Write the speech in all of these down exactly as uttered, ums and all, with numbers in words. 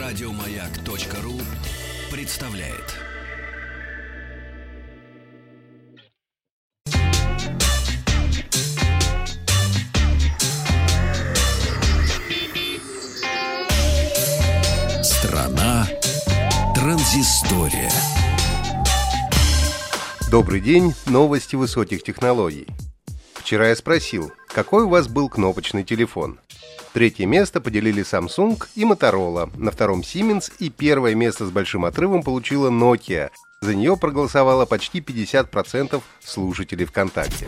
Радиомаяк.ру представляет. Страна транзистория. Добрый день, новости высоких технологий. Вчера я спросил, какой у вас был кнопочный телефон? Третье место поделили Samsung и Motorola, на втором Siemens, и первое место с большим отрывом получила Nokia. За нее проголосовало почти пятьдесят процентов слушателей ВКонтакте.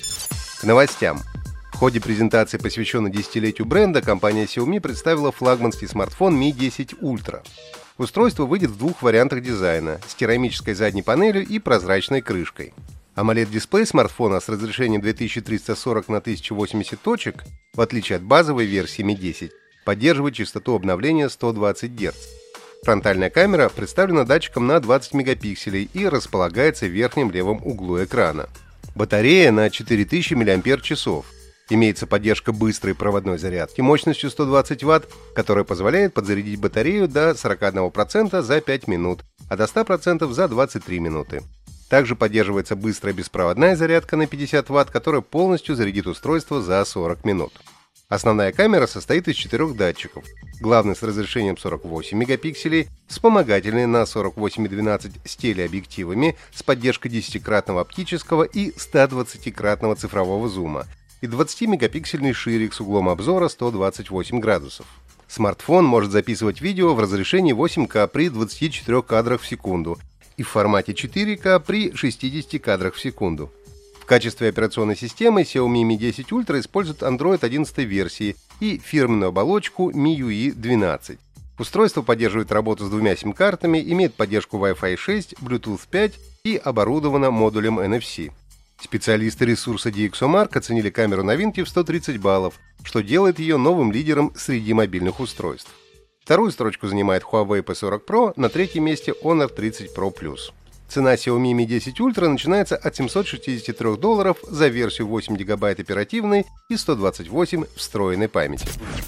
К новостям. В ходе презентации, посвященной десятилетию бренда, компания Xiaomi представила флагманский смартфон ми десять Ultra. Устройство выйдет в двух вариантах дизайна – с керамической задней панелью и прозрачной крышкой. AMOLED-дисплей смартфона с разрешением две тысячи триста сорок на тысяча восемьдесят точек, в отличие от базовой версии ми десять, поддерживает частоту обновления сто двадцать герц. Фронтальная камера представлена датчиком на двадцать мегапикселей и располагается в верхнем левом углу экрана. Батарея на четыре тысячи мАч. Имеется поддержка быстрой проводной зарядки мощностью сто двадцать ватт, которая позволяет подзарядить батарею до сорок один процент за пять минут, а до ста процентов за двадцать три минуты. Также поддерживается быстрая беспроводная зарядка на пятьдесят ватт, которая полностью зарядит устройство за сорок минут. Основная камера состоит из четырех датчиков. Главный с разрешением сорок восемь мегапикселей, вспомогательный на сорок восемь и двенадцать с телеобъективами с поддержкой десятикратного оптического и ста двадцатикратного цифрового зума и двадцатимегапиксельный ширик с углом обзора сто двадцать восемь градусов. Смартфон может записывать видео в разрешении восемь ка при двадцати четырёх кадрах в секунду и в формате четыре ка при шестидесяти кадрах в секунду. В качестве операционной системы Xiaomi ми десять Ultra использует Android одиннадцатой версии и фирменную оболочку эм ай ю и двенадцать. Устройство поддерживает работу с двумя сим-картами, имеет поддержку Wi-Fi шесть, Bluetooth пять и оборудовано модулем эн эф си. Специалисты ресурса ди экс о марк оценили камеру новинки в сто тридцать баллов, что делает ее новым лидером среди мобильных устройств. Вторую строчку занимает Huawei пи сорок про, на третьем месте Honor тридцать про плюс. Цена Xiaomi ми десять Ultra начинается от семисот шестидесяти трёх долларов за версию восемь гигабайт оперативной и сто двадцать восемь встроенной памяти.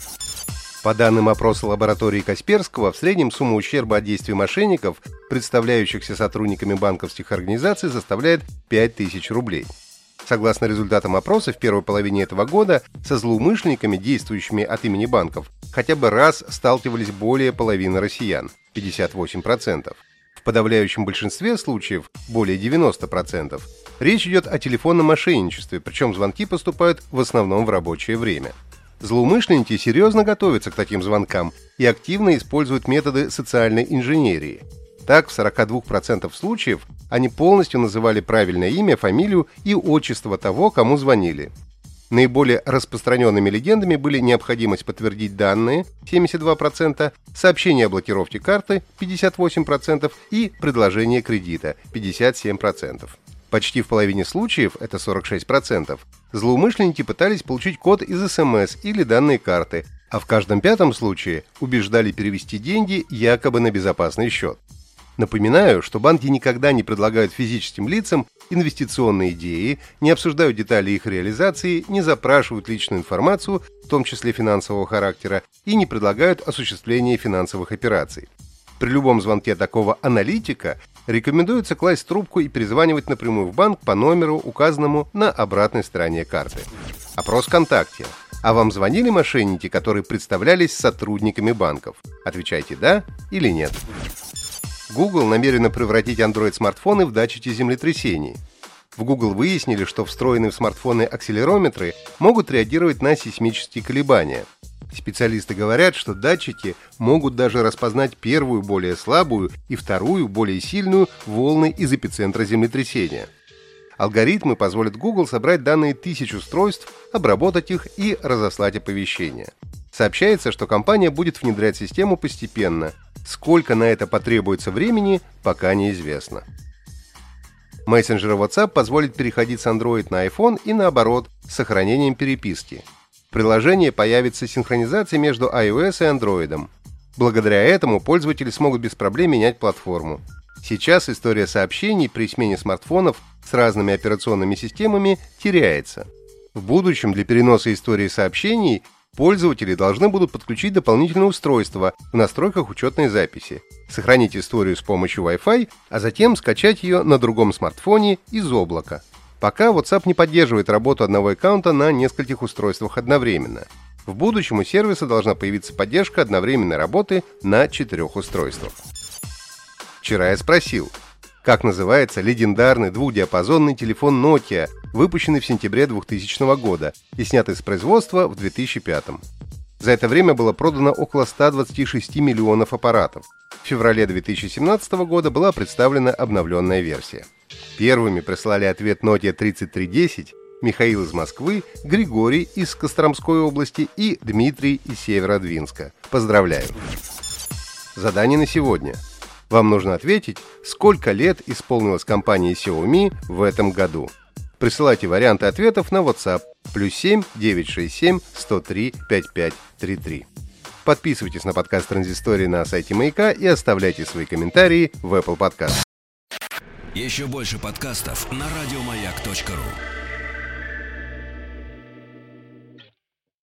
По данным опроса лаборатории Касперского, в среднем сумма ущерба от действий мошенников, представляющихся сотрудниками банковских организаций, составляет пять тысяч рублей. Согласно результатам опроса, в первой половине этого года со злоумышленниками, действующими от имени банков, хотя бы раз сталкивались более половины россиян – пятьдесят восемь процентов. В подавляющем большинстве случаев, более девяноста процентов, речь идет о телефонном мошенничестве, причем звонки поступают в основном в рабочее время. Злоумышленники серьезно готовятся к таким звонкам и активно используют методы социальной инженерии. Так, в сорока двух процентах случаев они полностью называли правильное имя, фамилию и отчество того, кому звонили. Наиболее распространенными легендами были необходимость подтвердить данные семьдесят два процента, сообщение о блокировке карты пятьдесят восемь процентов и предложение кредита пятьдесят семь процентов. Почти в половине случаев, это сорок шесть процентов, злоумышленники пытались получить код из эс эм эс или данные карты, а в каждом пятом случае убеждали перевести деньги якобы на безопасный счет. Напоминаю, что банки никогда не предлагают физическим лицам инвестиционные идеи, не обсуждают детали их реализации, не запрашивают личную информацию, в том числе финансового характера, и не предлагают осуществление финансовых операций. При любом звонке такого аналитика рекомендуется класть трубку и перезванивать напрямую в банк по номеру, указанному на обратной стороне карты. Опрос ВКонтакте. А вам звонили мошенники, которые представлялись сотрудниками банков? Отвечайте «да» или «нет». Google намерена превратить Android-смартфоны в датчики землетрясений. В Google выяснили, что встроенные в смартфоны акселерометры могут реагировать на сейсмические колебания. Специалисты говорят, что датчики могут даже распознать первую, более слабую, и вторую, более сильную волны из эпицентра землетрясения. Алгоритмы позволят Google собрать данные тысяч устройств, обработать их и разослать оповещения. Сообщается, что компания будет внедрять систему постепенно. Сколько на это потребуется времени, пока неизвестно. Мессенджер WhatsApp позволит переходить с Android на iPhone и наоборот, с сохранением переписки. В приложении появится синхронизация между iOS и Android. Благодаря этому пользователи смогут без проблем менять платформу. Сейчас история сообщений при смене смартфонов с разными операционными системами теряется. В будущем для переноса истории сообщений Пользователи должны будут подключить дополнительное устройство в настройках учетной записи, сохранить историю с помощью Wi-Fi, а затем скачать ее на другом смартфоне из облака. Пока WhatsApp не поддерживает работу одного аккаунта на нескольких устройствах одновременно. В будущем у сервиса должна появиться поддержка одновременной работы на четырех устройствах. Вчера я спросил, как называется легендарный двухдиапазонный телефон Nokia, выпущенный в сентябре двухтысячного года и снятый с производства в две тысячи пятом. За это время было продано около ста двадцати шести миллионов аппаратов. В феврале две тысячи семнадцатого года была представлена обновленная версия. Первыми прислали ответ Nokia тридцать три десять Михаил из Москвы, Григорий из Костромской области и Дмитрий из Северодвинска. Поздравляю! Задание на сегодня. Вам нужно ответить, сколько лет исполнилось компании Xiaomi в этом году. Присылайте варианты ответов на WhatsApp плюс семь девятьсот шестьдесят семь сто три пятьдесят пять тридцать три. Подписывайтесь на подкаст Транзистории на сайте Маяка и оставляйте свои комментарии в Apple Podcast. Еще больше подкастов на радиомаяк точка ру.